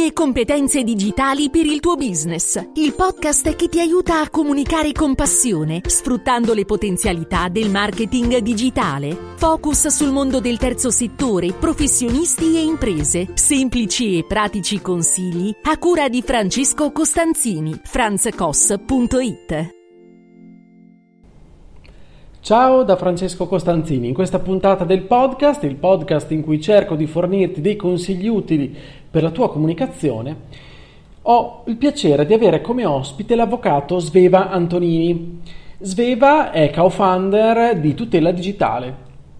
e competenze digitali per il tuo business. Il podcast che ti aiuta a comunicare con passione, sfruttando le potenzialità del marketing digitale. Focus sul mondo del terzo settore, professionisti e imprese. Semplici e pratici consigli a cura di Francesco Costanzini, franzcos.it. Ciao da Francesco Costanzini. In questa puntata del podcast, il podcast in cui cerco di fornirti dei consigli utili per la tua comunicazione, ho il piacere di avere come ospite l'avvocato Sveva Antonini. Sveva è co-founder di Tutela Digitale.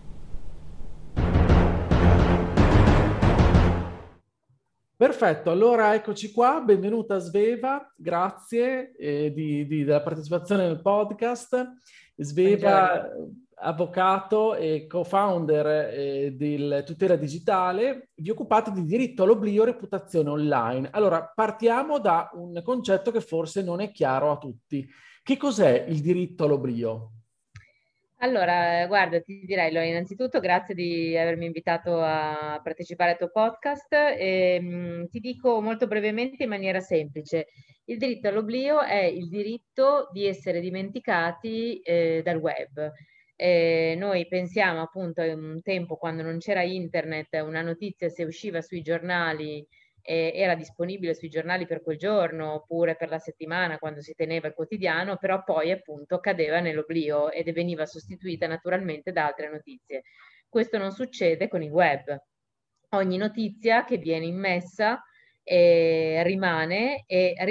Perfetto, allora eccoci qua, benvenuta Sveva, grazie della partecipazione nel podcast. Sveva, avvocato e co-founder del Tutela Digitale, vi occupate di diritto all'oblio e reputazione online. Allora, partiamo da un concetto che forse non è chiaro a tutti. Che cos'è il diritto all'oblio? Allora, guarda, ti direi, innanzitutto grazie di avermi invitato a partecipare al tuo podcast e ti dico molto brevemente in maniera semplice. Il diritto all'oblio è il diritto di essere dimenticati dal web. Noi pensiamo appunto a un tempo quando non c'era internet, una notizia se usciva sui giornali era disponibile sui giornali per quel giorno oppure per la settimana quando si teneva il quotidiano, però poi appunto cadeva nell'oblio ed veniva sostituita naturalmente da altre notizie. Questo non succede con il web. Ogni notizia che viene immessa rimane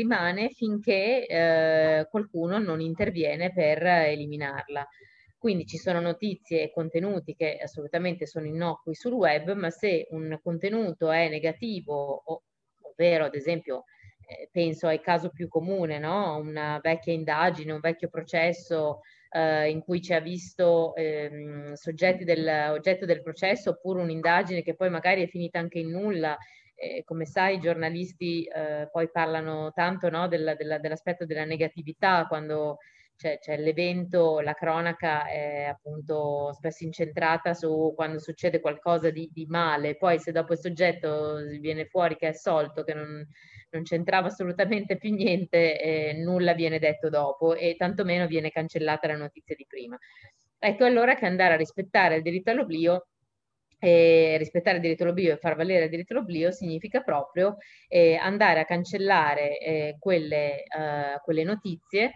finché qualcuno non interviene per eliminarla. Quindi ci sono notizie e contenuti che assolutamente sono innocui sul web, ma se un contenuto è negativo, ovvero ad esempio penso al caso più comune, no? Una vecchia indagine, un vecchio processo in cui ci ha visto oggetto del processo, oppure un'indagine che poi magari è finita anche in nulla. Come sai, i giornalisti poi parlano tanto, no, dell'aspetto della negatività quando c'è l'evento, la cronaca è appunto spesso incentrata su quando succede qualcosa di male, poi se dopo il soggetto viene fuori che è assolto, che non c'entrava assolutamente più niente, nulla viene detto dopo e tantomeno viene cancellata la notizia di prima. Ecco allora che andare a rispettare il diritto all'oblio rispettare il diritto all'oblio e far valere il diritto all'oblio significa proprio andare a cancellare quelle notizie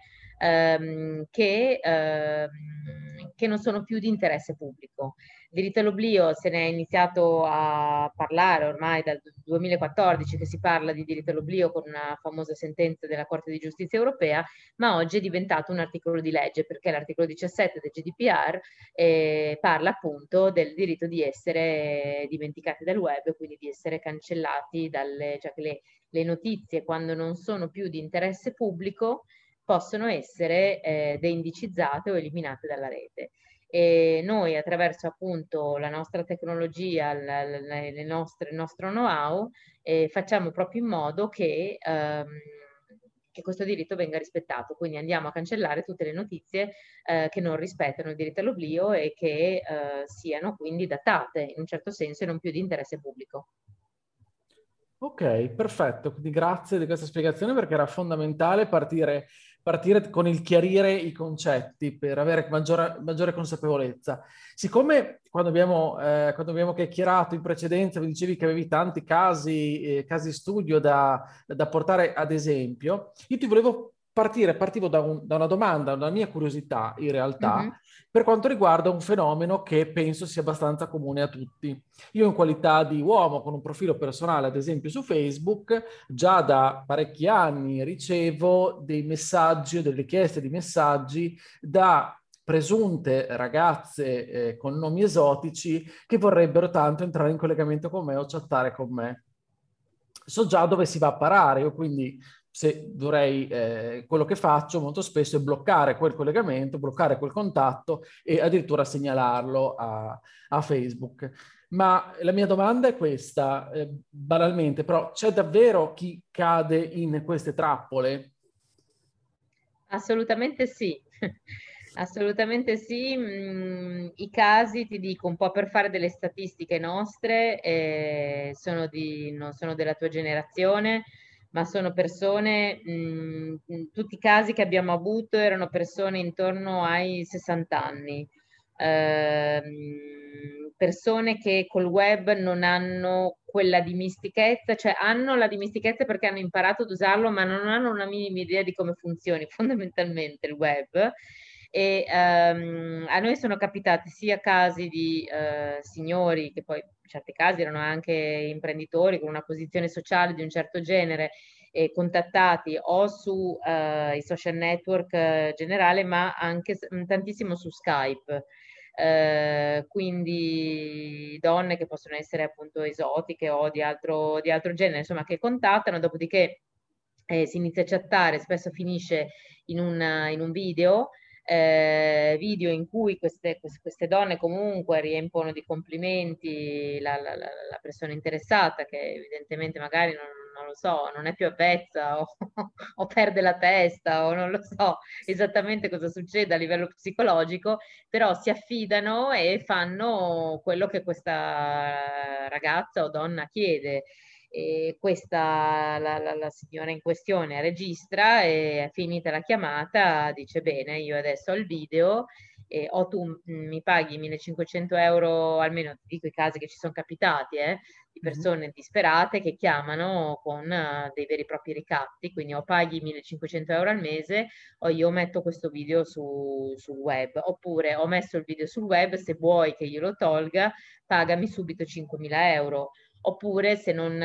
che non sono più di interesse pubblico. Il diritto all'oblio se ne è iniziato a parlare ormai dal 2014 che si parla di diritto all'oblio con una famosa sentenza della Corte di Giustizia europea, ma oggi è diventato un articolo di legge perché l'articolo 17 del GDPR parla appunto del diritto di essere dimenticati dal web, quindi di essere cancellati cioè che le notizie quando non sono più di interesse pubblico possono essere deindicizzate o eliminate dalla rete. E noi attraverso appunto la nostra tecnologia, il nostro know-how, facciamo proprio in modo che questo diritto venga rispettato. Quindi andiamo a cancellare tutte le notizie che non rispettano il diritto all'oblio e che siano quindi datate in un certo senso e non più di interesse pubblico. Ok, perfetto, quindi grazie di questa spiegazione perché era fondamentale partire con il chiarire i concetti per avere maggiore consapevolezza. Siccome quando abbiamo chiacchierato in precedenza mi dicevi che avevi tanti casi studio da portare ad esempio, io ti volevo partivo da una domanda, una mia curiosità in realtà, per quanto riguarda un fenomeno che penso sia abbastanza comune a tutti. Io in qualità di uomo con un profilo personale, ad esempio su Facebook, già da parecchi anni ricevo dei messaggi o delle richieste di messaggi da presunte ragazze con nomi esotici che vorrebbero tanto entrare in collegamento con me o chattare con me. So già dove si va a parare, io quindi se dovrei, quello che faccio molto spesso è bloccare quel collegamento, bloccare quel contatto e addirittura segnalarlo a Facebook. Ma la mia domanda è questa, banalmente, però c'è davvero chi cade in queste trappole? Assolutamente sì. Assolutamente sì. I casi, ti dico, un po' per fare delle statistiche nostre, non sono della tua generazione, ma sono persone, tutti i casi che abbiamo avuto erano persone intorno ai 60 anni. Persone che col web non hanno quella dimistichezza, cioè hanno la dimistichezza perché hanno imparato ad usarlo, ma non hanno una minima idea di come funzioni fondamentalmente il web. E a noi sono capitati sia casi di signori che poi in certi casi erano anche imprenditori con una posizione sociale di un certo genere, contattati o su i social network generale, ma anche tantissimo su Skype. Quindi donne che possono essere appunto esotiche o di altro genere, insomma, che contattano, dopodiché si inizia a chattare, spesso finisce in un video, video in cui queste donne comunque riempono di complimenti la persona interessata, che evidentemente magari non lo so, non è più avvezza o perde la testa o non lo so esattamente cosa succede a livello psicologico, però si affidano e fanno quello che questa ragazza o donna chiede. E questa, la signora in questione registra e finita la chiamata dice bene, io adesso ho il video o tu mi paghi 1500 euro, almeno ti dico i casi che ci sono capitati, di persone disperate che chiamano con dei veri e propri ricatti, quindi o paghi 1500 euro al mese o io metto questo video sul web, oppure ho messo il video sul web, se vuoi che io lo tolga, pagami subito 5.000 euro. Oppure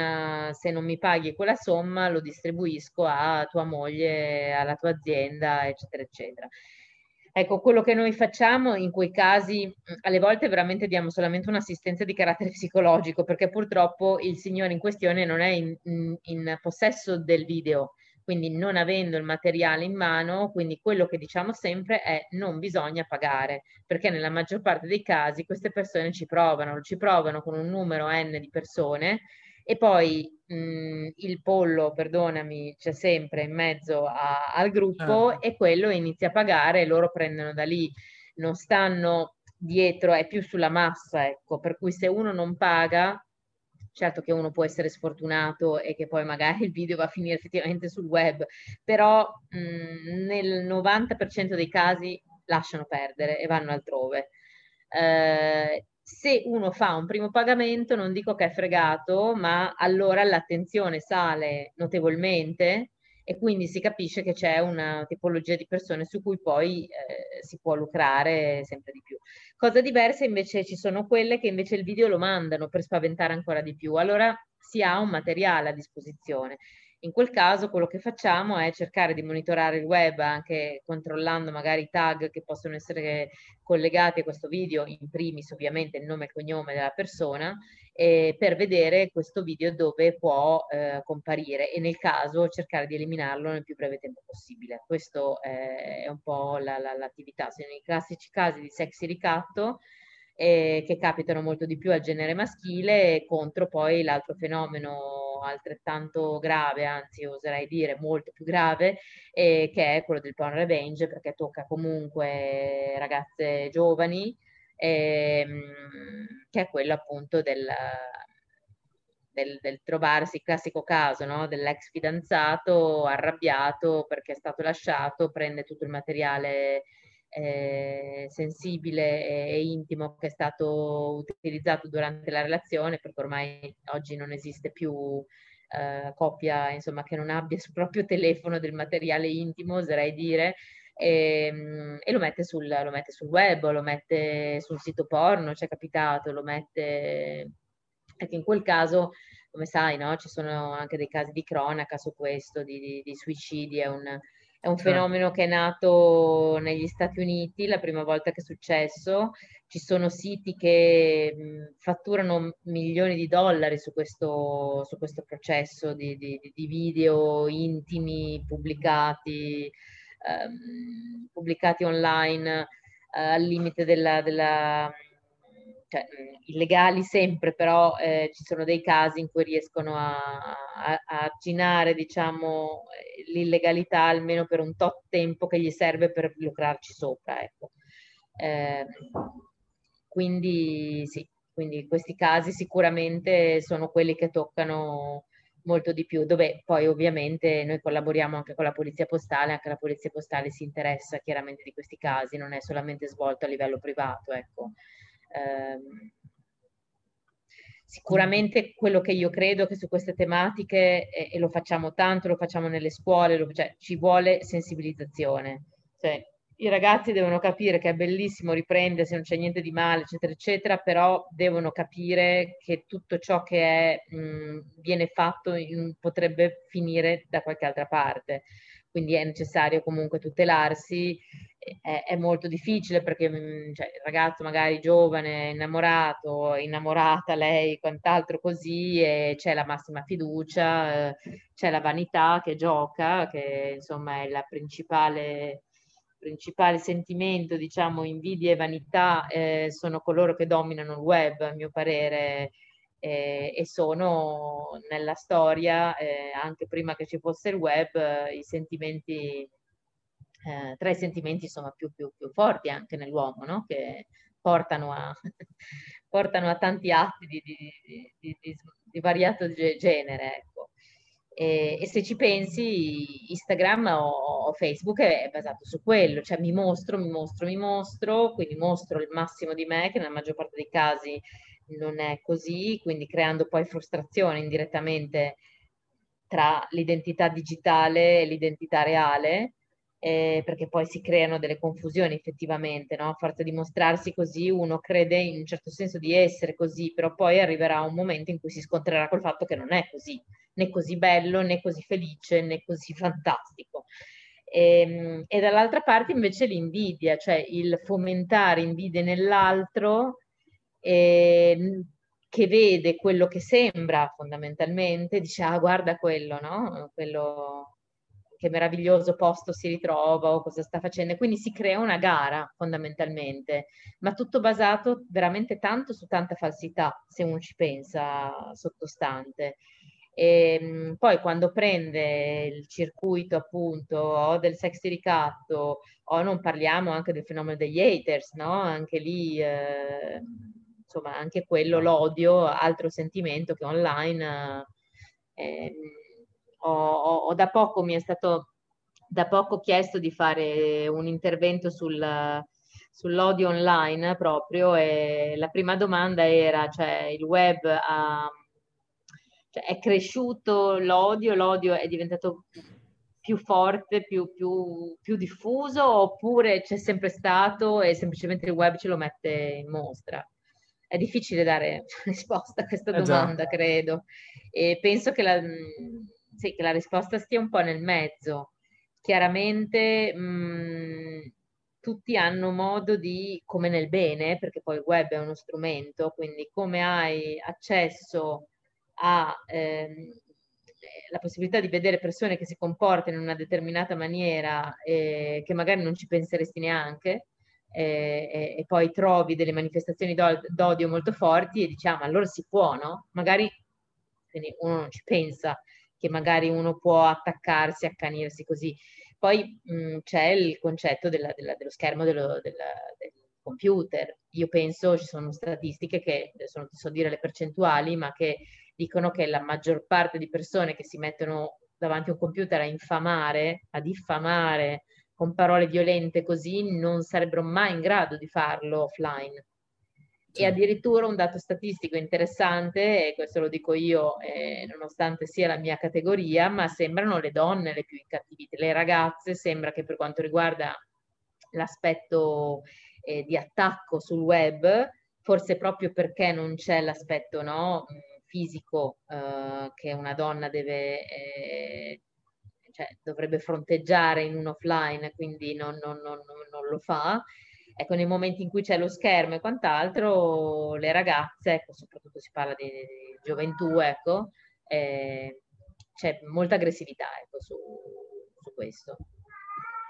se non mi paghi quella somma, lo distribuisco a tua moglie, alla tua azienda, eccetera, eccetera. Ecco, quello che noi facciamo in quei casi, alle volte veramente diamo solamente un'assistenza di carattere psicologico, perché purtroppo il signore in questione non è in possesso del video, quindi non avendo il materiale in mano, quindi quello che diciamo sempre è non bisogna pagare, perché nella maggior parte dei casi queste persone ci provano con un numero N di persone e poi il pollo, perdonami, c'è sempre in mezzo al gruppo Certo. e quello inizia a pagare e loro prendono da lì, non stanno dietro, è più sulla massa, ecco, per cui se uno non paga, certo che uno può essere sfortunato e che poi magari il video va a finire effettivamente sul web, però nel 90% dei casi lasciano perdere e vanno altrove. Se uno fa un primo pagamento, non dico che è fregato, ma allora l'attenzione sale notevolmente e quindi si capisce che c'è una tipologia di persone su cui poi si può lucrare sempre di più. Cosa diversa invece ci sono quelle che invece il video lo mandano per spaventare ancora di più. Allora si ha un materiale a disposizione. In quel caso quello che facciamo è cercare di monitorare il web anche controllando magari i tag che possono essere collegati a questo video, in primis ovviamente il nome e il cognome della persona, per vedere questo video dove può comparire e nel caso cercare di eliminarlo nel più breve tempo possibile. Questo è un po' l'attività. Sono i classici casi di sexy ricatto che capitano molto di più al genere maschile contro poi l'altro fenomeno altrettanto grave, anzi oserei dire molto più grave, che è quello del porn revenge, perché tocca comunque ragazze giovani, che è quello appunto del trovarsi, il classico caso, no? Dell'ex fidanzato arrabbiato perché è stato lasciato, prende tutto il materiale sensibile e intimo che è stato utilizzato durante la relazione, perché ormai oggi non esiste più coppia, insomma, che non abbia sul proprio telefono del materiale intimo, oserei dire, e lo mette sul web, lo mette sul sito porno, ci è capitato, lo mette... Perché in quel caso, come sai, no? Ci sono anche dei casi di cronaca su questo, di suicidi, è un Certo. fenomeno che è nato negli Stati Uniti la prima volta che è successo. Ci sono siti che fatturano milioni di dollari su questo processo di video intimi pubblicati online al limite cioè, illegali sempre, però ci sono dei casi in cui riescono a arginare, diciamo, l'illegalità almeno per un tot tempo che gli serve per lucrarci sopra, ecco. Quindi sì, quindi questi casi sicuramente sono quelli che toccano molto di più, dove poi ovviamente noi collaboriamo anche con la Polizia Postale, anche la Polizia Postale si interessa chiaramente di questi casi, non è solamente svolto a livello privato, ecco. Sicuramente quello che io credo che su queste tematiche, e lo facciamo tanto, lo facciamo nelle scuole, cioè, ci vuole sensibilizzazione. Cioè, i ragazzi devono capire che è bellissimo riprendersi, non c'è niente di male, eccetera, eccetera, però devono capire che tutto ciò che viene fatto potrebbe finire da qualche altra parte. Quindi è necessario comunque tutelarsi. È molto difficile perché cioè, il ragazzo magari giovane, innamorato, innamorata lei, quant'altro così, e c'è la massima fiducia, c'è la vanità che gioca, che insomma è la principale sentimento, diciamo, invidia e vanità, sono coloro che dominano il web, a mio parere, e sono nella storia, anche prima che ci fosse il web, i sentimenti, tra i sentimenti insomma più forti anche nell'uomo, no? Che portano a, portano a tanti atti di variato genere, ecco. E se ci pensi, Instagram o Facebook è basato su quello, cioè mi mostro, quindi mostro il massimo di me, che nella maggior parte dei casi non è così, quindi creando poi frustrazione indirettamente tra l'identità digitale e l'identità reale, perché poi si creano delle confusioni effettivamente, no? A forza di mostrarsi così, uno crede in un certo senso di essere così, però poi arriverà un momento in cui si scontrerà col fatto che non è così, né così bello, né così felice, né così fantastico. E dall'altra parte invece l'invidia, cioè il fomentare invidie nell'altro, che vede quello che sembra fondamentalmente, dice, ah, guarda quello, no? Quello, che meraviglioso posto si ritrova o cosa sta facendo. E quindi si crea una gara fondamentalmente, ma tutto basato veramente tanto su tanta falsità, se uno ci pensa sottostante. E poi quando prende il circuito appunto o del sex di ricatto o non parliamo anche del fenomeno degli haters, no? Anche lì, insomma, anche quello, l'odio, altro sentimento che online. eh, ho da poco, mi è stato da poco chiesto di fare un intervento sull'odio online proprio, e la prima domanda era, cioè, il web cioè, è cresciuto l'odio è diventato più forte, più diffuso, oppure c'è sempre stato e semplicemente il web ce lo mette in mostra? È difficile dare risposta a questa Già. domanda, credo, e penso che sì, che la risposta stia un po' nel mezzo. Chiaramente tutti hanno modo di, come nel bene, perché poi il web è uno strumento, quindi come hai accesso a la possibilità di vedere persone che si comportano in una determinata maniera, che magari non ci penseresti neanche, e poi trovi delle manifestazioni d'odio molto forti e diciamo, allora si può, no? Magari, quindi uno non ci pensa che magari uno può attaccarsi, accanirsi così. Poi c'è il concetto dello schermo del computer. Io penso, ci sono statistiche che, adesso non ti so dire le percentuali, ma che dicono che la maggior parte di persone che si mettono davanti a un computer a diffamare con parole violente così, non sarebbero mai in grado di farlo offline. E Sì. addirittura un dato statistico interessante, e questo lo dico io, nonostante sia la mia categoria, ma sembrano le donne le più incattivite. Le ragazze sembra che per quanto riguarda l'aspetto di attacco sul web, forse proprio perché non c'è l'aspetto, no, fisico che una donna cioè, dovrebbe fronteggiare in un offline, quindi non lo fa. Ecco, nei momenti in cui c'è lo schermo e quant'altro, le ragazze, ecco, soprattutto si parla di gioventù, ecco, c'è molta aggressività, ecco, su questo.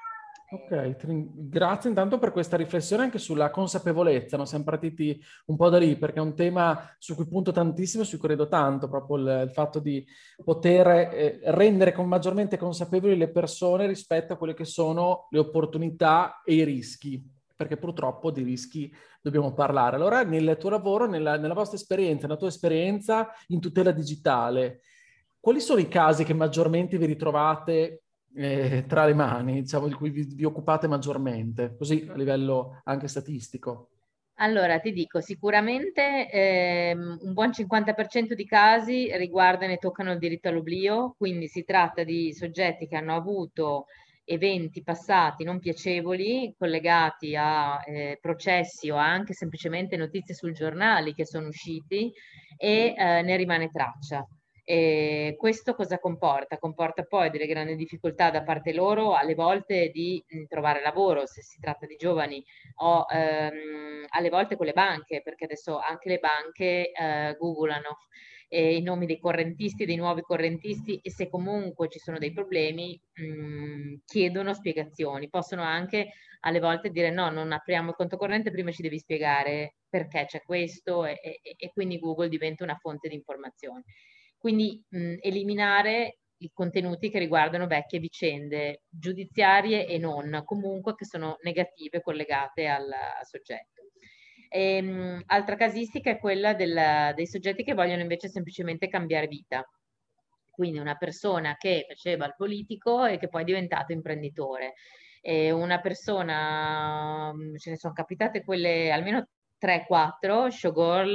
Ok, grazie intanto per questa riflessione anche sulla consapevolezza, no? Siamo partiti un po' da lì perché è un tema su cui punto tantissimo, su cui credo tanto, proprio il fatto di poter rendere maggiormente consapevoli le persone rispetto a quelle che sono le opportunità e i rischi, perché purtroppo di rischi dobbiamo parlare. Allora, nel tuo lavoro, nella vostra esperienza, nella tua esperienza in tutela digitale, quali sono i casi che maggiormente vi ritrovate tra le mani, diciamo, di cui vi occupate maggiormente, così a livello anche statistico? Allora, ti dico, sicuramente un buon 50% di casi riguardano e toccano il diritto all'oblio, quindi si tratta di soggetti che hanno avuto eventi passati non piacevoli collegati a processi o anche semplicemente notizie sul giornali che sono usciti e ne rimane traccia. E questo cosa comporta? Comporta poi delle grandi difficoltà da parte loro alle volte di trovare lavoro, se si tratta di giovani o alle volte con le banche, perché adesso anche le banche googolano i nomi dei correntisti, dei nuovi correntisti e se comunque ci sono dei problemi chiedono spiegazioni. Possono anche alle volte dire no, non apriamo il conto corrente, prima ci devi spiegare perché c'è questo e quindi Google diventa una fonte di informazioni. Quindi eliminare i contenuti che riguardano vecchie vicende giudiziarie e non, comunque che sono negative collegate al soggetto. Altra casistica è quella dei soggetti che vogliono invece semplicemente cambiare vita. Quindi una persona che faceva il politico e che poi è diventato imprenditore. E una persona, ce ne sono capitate quelle almeno 3-4 showgirl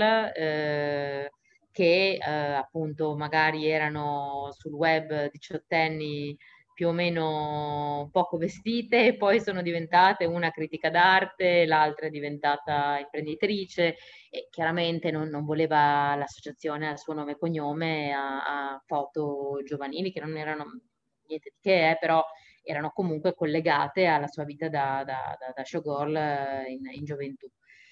che appunto magari erano sul web diciottenni più o meno poco vestite e poi sono diventate una critica d'arte, l'altra è diventata imprenditrice e chiaramente non voleva l'associazione al suo nome e cognome a foto giovanili che non erano niente di che, però erano comunque collegate alla sua vita da showgirl in gioventù.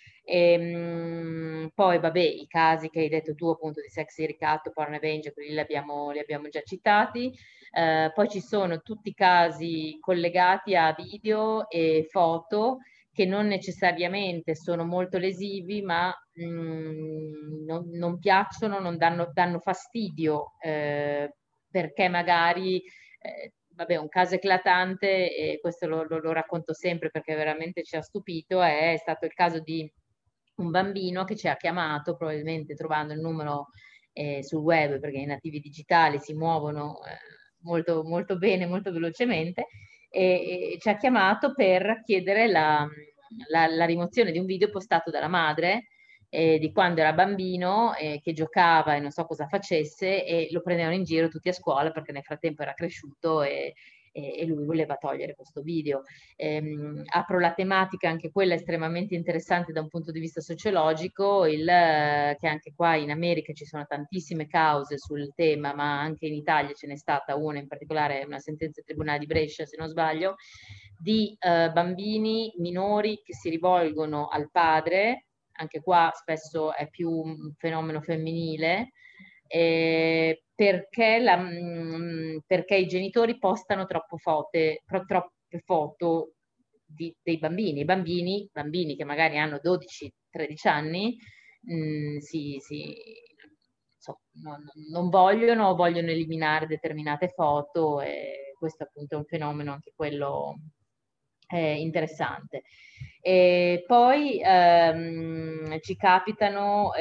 Poi, vabbè, i casi che hai detto tu, appunto, di sexy ricatto, porn revenge, quelli li abbiamo già citati. Poi ci sono tutti i casi collegati a video e foto che non necessariamente sono molto lesivi, ma non piacciono, non danno fastidio, perché magari, vabbè, un caso eclatante, e questo lo racconto sempre perché veramente ci ha stupito, è stato il caso di un bambino che ci ha chiamato, probabilmente trovando il numero sul web, perché i nativi digitali si muovono molto, molto bene, molto velocemente, e ci ha chiamato per chiedere la rimozione di un video postato dalla madre di quando era bambino, che giocava e non so cosa facesse, e lo prendevano in giro tutti a scuola perché nel frattempo era cresciuto e lui voleva togliere questo video. Apro la tematica, anche quella estremamente interessante da un punto di vista sociologico, che anche qua in America ci sono tantissime cause sul tema, ma anche in Italia ce n'è stata una, in particolare una sentenza del Tribunale di Brescia, se non sbaglio, di bambini minori che si rivolgono al padre, anche qua spesso è più un fenomeno femminile, perché i genitori postano troppe foto dei bambini. I bambini che magari hanno 12-13 anni, non vogliono eliminare determinate foto e questo appunto è un fenomeno anche quello interessante. E poi ci capitano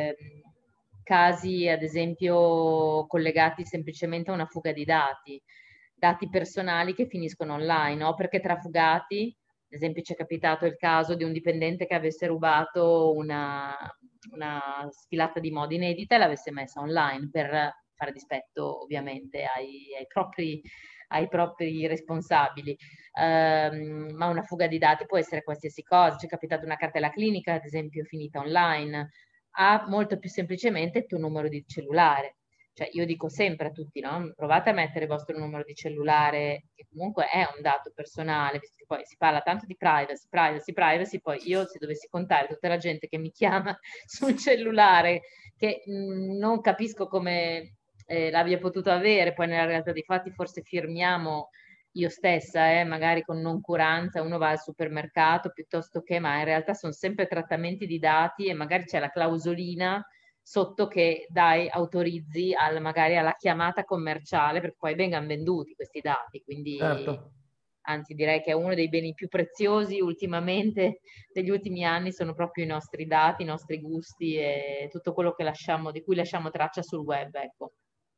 casi, ad esempio, collegati semplicemente a una fuga di dati personali che finiscono online, o perché trafugati. Ad esempio, ci è capitato il caso di un dipendente che avesse rubato una sfilata di moda inedita e l'avesse messa online per fare dispetto ovviamente ai propri responsabili. Ma una fuga di dati può essere qualsiasi cosa. Ci è capitata una cartella clinica, ad esempio, finita online. Ha molto più semplicemente il tuo numero di cellulare. Cioè, io dico sempre a tutti, no? Provate a mettere il vostro numero di cellulare, che comunque è un dato personale, visto che poi si parla tanto di privacy, poi io se dovessi contare tutta la gente che mi chiama sul cellulare, che non capisco come l'abbia potuto avere, poi nella realtà dei fatti forse firmiamo io stessa, magari con noncuranza, uno va al supermercato piuttosto che, ma in realtà sono sempre trattamenti di dati e magari c'è la clausolina sotto che autorizzi magari alla chiamata commerciale perché poi vengano venduti questi dati, quindi Certo. anzi direi che è uno dei beni più preziosi ultimamente, degli ultimi anni, sono proprio i nostri dati, i nostri gusti e tutto quello che lasciamo, di cui lasciamo traccia sul web, ecco.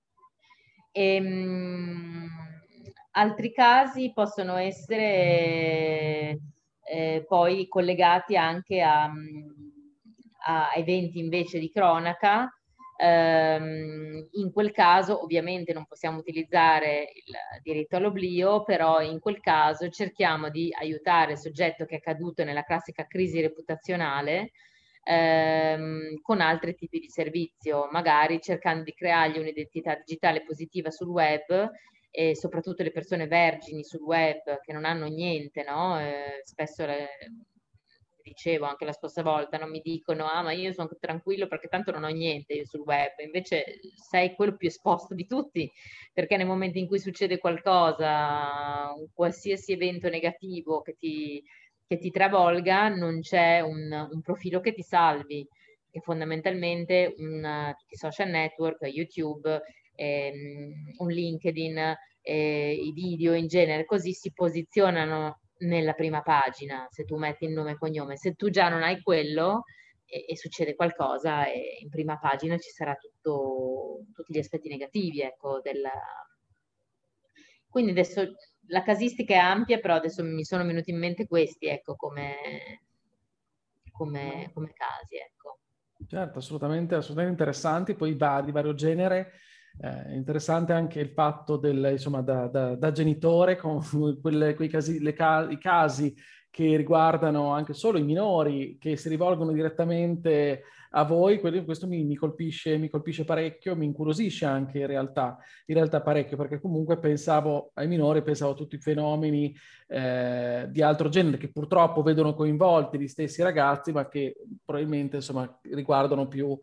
Altri casi possono essere poi collegati anche a eventi invece di cronaca. In quel caso ovviamente non possiamo utilizzare il diritto all'oblio, però in quel caso cerchiamo di aiutare il soggetto che è caduto nella classica crisi reputazionale con altri tipi di servizio, magari cercando di creargli un'identità digitale positiva sul web e soprattutto le persone vergini sul web che non hanno niente, no? Spesso dicevo anche la scorsa volta, non mi dicono ma io sono tranquillo perché tanto non ho niente io sul web, invece sei quello più esposto di tutti, perché nel momento in cui succede qualcosa, un qualsiasi evento negativo che ti travolga, non c'è un profilo che ti salvi, che fondamentalmente tutti i social network, YouTube, un LinkedIn, i video in genere, così si posizionano nella prima pagina, se tu metti il nome e cognome. Se tu già non hai quello e succede qualcosa, in prima pagina ci sarà tutti gli aspetti negativi, ecco, Quindi adesso la casistica è ampia, però adesso mi sono venuti in mente questi, ecco, come casi, ecco. Certo, assolutamente, assolutamente interessanti, poi di vario genere. Interessante anche il fatto insomma, da genitore, con quei casi, i casi che riguardano anche solo i minori che si rivolgono direttamente a voi. Questo mi colpisce parecchio, mi incuriosisce anche in realtà parecchio, perché comunque pensavo ai minori, pensavo a tutti i fenomeni di altro genere che purtroppo vedono coinvolti gli stessi ragazzi, ma che probabilmente insomma riguardano più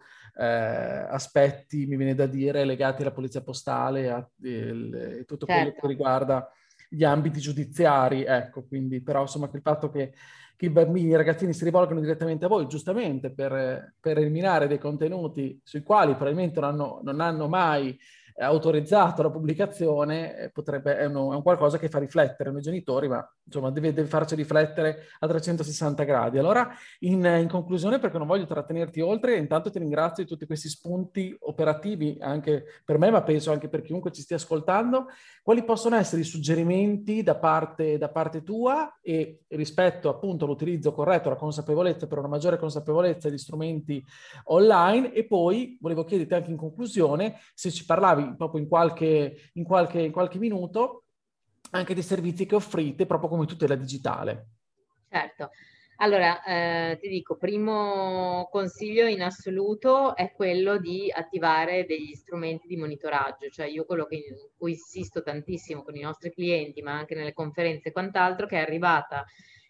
aspetti, mi viene da dire, legati alla polizia postale e tutto quello che Certo. riguarda gli ambiti giudiziari, ecco, quindi però insomma il fatto che i bambini, i ragazzini si rivolgono direttamente a voi, giustamente per eliminare dei contenuti sui quali probabilmente non hanno mai autorizzato la pubblicazione, è un qualcosa che fa riflettere noi genitori, ma insomma deve farci riflettere a 360 gradi. Allora, in conclusione, perché non voglio trattenerti oltre, intanto ti ringrazio di tutti questi spunti operativi, anche per me, ma penso anche per chiunque ci stia ascoltando. Quali possono essere i suggerimenti da parte tua e rispetto appunto all'utilizzo corretto, alla consapevolezza, per una maggiore consapevolezza di strumenti online? E poi volevo chiederti anche in conclusione se ci parlavi proprio in qualche minuto anche dei servizi che offrite proprio come tutela digitale. Certo. Allora, ti dico, primo consiglio in assoluto è quello di attivare degli strumenti di monitoraggio, cioè io quello in cui insisto tantissimo con i nostri clienti, ma anche nelle conferenze e quant'altro, che è arrivata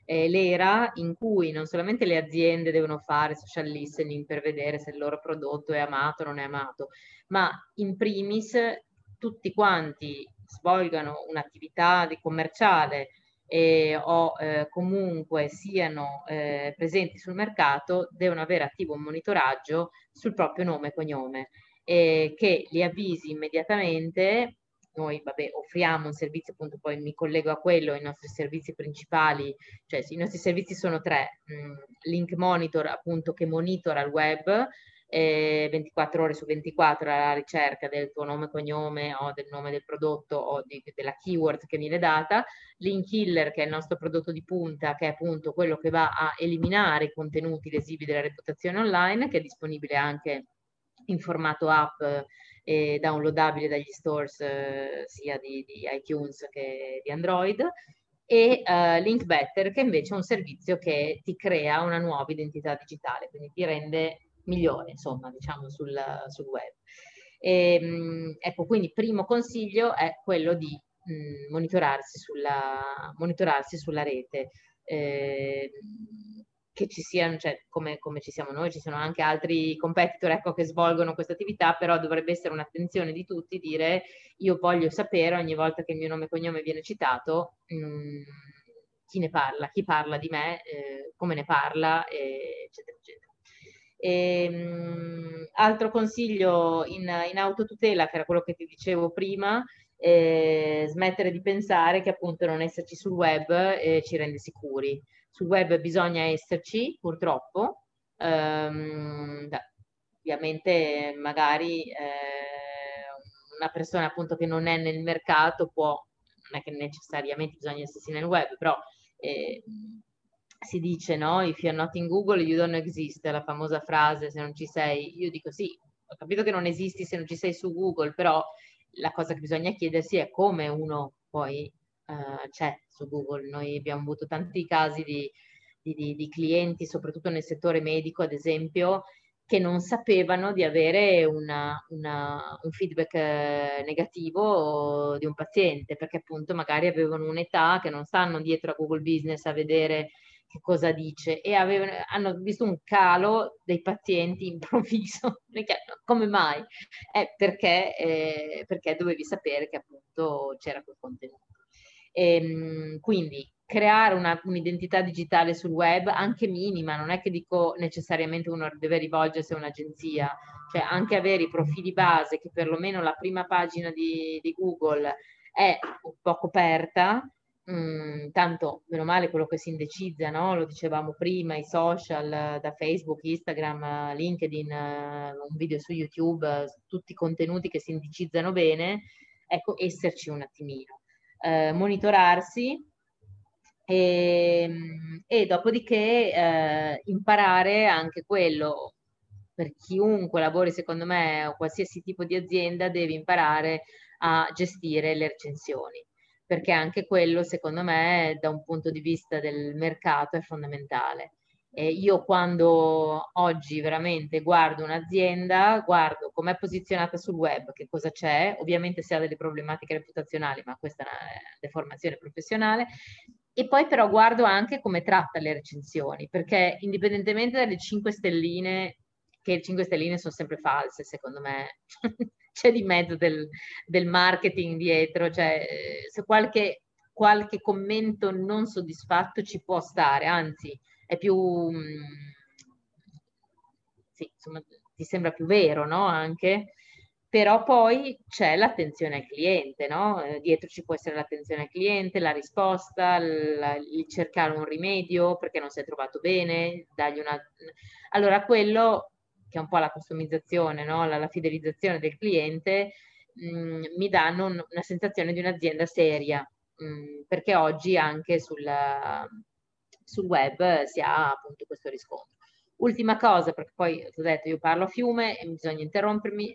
l'era in cui non solamente le aziende devono fare social listening per vedere se il loro prodotto è amato o non è amato, ma in primis tutti quanti svolgano un'attività di commerciale o comunque siano presenti sul mercato, devono avere attivo un monitoraggio sul proprio nome e cognome che li avvisi immediatamente. Noi, vabbè, offriamo un servizio, appunto, poi mi collego a quello, i nostri servizi principali, cioè i nostri servizi sono tre: Link Monitor, appunto, che monitora il web 24 ore su 24 alla ricerca del tuo nome e cognome o del nome del prodotto o della keyword che viene data; Link Killer, che è il nostro prodotto di punta, che è appunto quello che va a eliminare i contenuti lesivi della reputazione online, che è disponibile anche in formato app downloadabile dagli stores sia di iTunes che di Android; e Link Better, che invece è un servizio che ti crea una nuova identità digitale, quindi ti rende migliore, insomma, diciamo, sul web. Ecco, quindi primo consiglio è quello di monitorarsi sulla rete. che ci siano, cioè come ci siamo noi, ci sono anche altri competitor, ecco, che svolgono questa attività, però dovrebbe essere un'attenzione di tutti, dire io voglio sapere ogni volta che il mio nome e cognome viene citato, chi ne parla, chi parla di me, come ne parla, eccetera, eccetera. Altro consiglio in autotutela, che era quello che ti dicevo prima, smettere di pensare che appunto non esserci sul web ci rende sicuri. Sul web bisogna esserci, purtroppo. Ovviamente magari una persona appunto che non è nel mercato non è che necessariamente bisogna essersi nel web, però si dice, no? If you're not in Google, you don't exist, la famosa frase, se non ci sei. Io dico sì, ho capito che non esisti se non ci sei su Google, però la cosa che bisogna chiedersi è come uno poi c'è su Google. Noi abbiamo avuto tanti casi di clienti, soprattutto nel settore medico, ad esempio, che non sapevano di avere un feedback negativo di un paziente, perché appunto magari avevano un'età che non stanno dietro a Google Business a vedere che cosa dice, e hanno visto un calo dei pazienti improvviso. Come mai? Perché dovevi sapere che appunto c'era quel contenuto. Quindi creare un'identità digitale sul web, anche minima, non è che dico necessariamente uno deve rivolgersi a un'agenzia, cioè anche avere i profili base, che perlomeno la prima pagina di Google è un po' coperta. Tanto meno male quello che si indicizza, no? Lo dicevamo prima, i social, da Facebook, Instagram, LinkedIn, un video su YouTube, tutti i contenuti che si indicizzano bene, ecco, esserci un attimino, monitorarsi e dopodiché imparare anche quello. Per chiunque lavori, secondo me, o qualsiasi tipo di azienda, devi imparare a gestire le recensioni, perché anche quello, secondo me, da un punto di vista del mercato è fondamentale. Io quando oggi veramente guardo un'azienda, guardo com'è posizionata sul web, che cosa c'è, ovviamente se ha delle problematiche reputazionali, ma questa è una deformazione professionale, e poi però guardo anche come tratta le recensioni, perché indipendentemente dalle 5 stelline, che le 5 stelline sono sempre false, secondo me, c'è di mezzo del marketing dietro, cioè se qualche commento non soddisfatto ci può stare, anzi è più, sì, insomma, ti sembra più vero, no? Anche, però poi c'è l'attenzione al cliente, no? Dietro ci può essere l'attenzione al cliente, la risposta, il cercare un rimedio perché non si è trovato bene, dargli una... Allora quello, che è un po' la customizzazione, no? La fidelizzazione del cliente, mi danno una sensazione di un'azienda seria, perché oggi anche sul web si ha appunto questo riscontro. Ultima cosa, perché poi ti ho detto io parlo a fiume e bisogna interrompermi,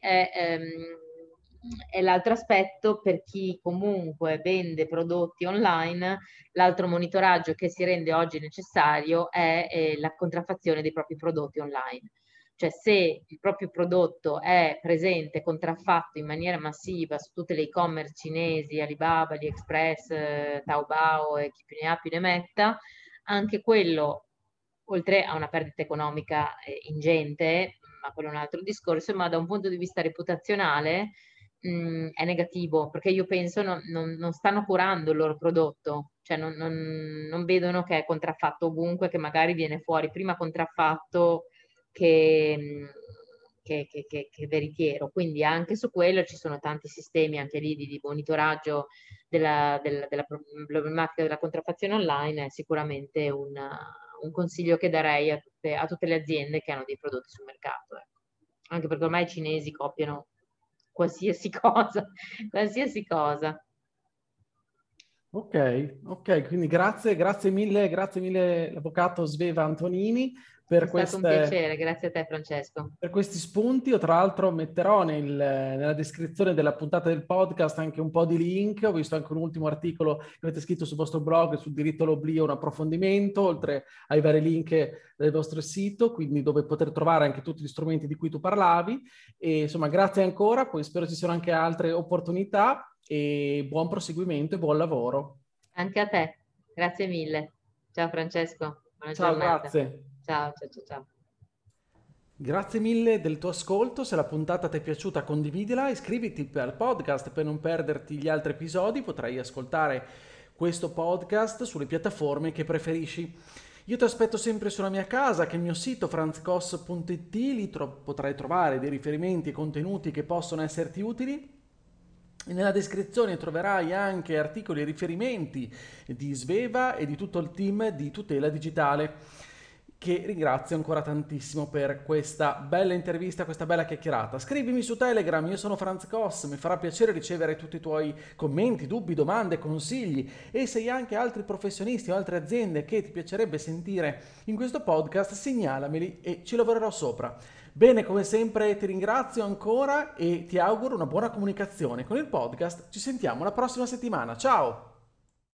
è l'altro aspetto per chi comunque vende prodotti online. L'altro monitoraggio che si rende oggi necessario è la contraffazione dei propri prodotti online. Cioè se il proprio prodotto è presente, contraffatto in maniera massiva su tutte le e-commerce cinesi, Alibaba, AliExpress, Taobao e chi più ne ha più ne metta, anche quello, oltre a una perdita economica ingente, ma quello è un altro discorso, ma da un punto di vista reputazionale è negativo, perché io penso non stanno curando il loro prodotto, cioè non vedono che è contraffatto ovunque, che magari viene fuori prima contraffatto che veritiero. Quindi anche su quello ci sono tanti sistemi anche lì di monitoraggio della problematica della contraffazione online. È sicuramente un consiglio che darei a tutte le aziende che hanno dei prodotti sul mercato. Ecco. Anche perché ormai i cinesi copiano qualsiasi cosa, qualsiasi cosa. Ok, quindi grazie mille l'avvocato Sveva Antonini per È stato un piacere, grazie a te Francesco. Per questi spunti. Io tra l'altro metterò nella descrizione della puntata del podcast anche un po' di link. Ho visto anche un ultimo articolo che avete scritto sul vostro blog sul diritto all'oblio, un approfondimento, oltre ai vari link del vostro sito, quindi dove poter trovare anche tutti gli strumenti di cui tu parlavi. E insomma, grazie ancora, poi spero ci siano anche altre opportunità e buon proseguimento e buon lavoro. Anche a te, grazie mille. Ciao Francesco, buona Ciao, giornata. grazie. Ciao, ciao, ciao, ciao. Grazie mille del tuo ascolto, se la puntata ti è piaciuta condividila, iscriviti al podcast per non perderti gli altri episodi, potrai ascoltare questo podcast sulle piattaforme che preferisci. Io ti aspetto sempre sulla mia casa, che è il mio sito franzcos.it, lì potrai trovare dei riferimenti e contenuti che possono esserti utili. E nella descrizione troverai anche articoli e riferimenti di Sveva e di tutto il team di tutela digitale, che ringrazio ancora tantissimo per questa bella intervista, questa bella chiacchierata. Scrivimi su Telegram, io sono Franz Koss, mi farà piacere ricevere tutti i tuoi commenti, dubbi, domande, consigli, e se hai anche altri professionisti o altre aziende che ti piacerebbe sentire in questo podcast, segnalameli e ci lavorerò sopra. Bene, come sempre ti ringrazio ancora e ti auguro una buona comunicazione con il podcast. Ci sentiamo la prossima settimana. Ciao!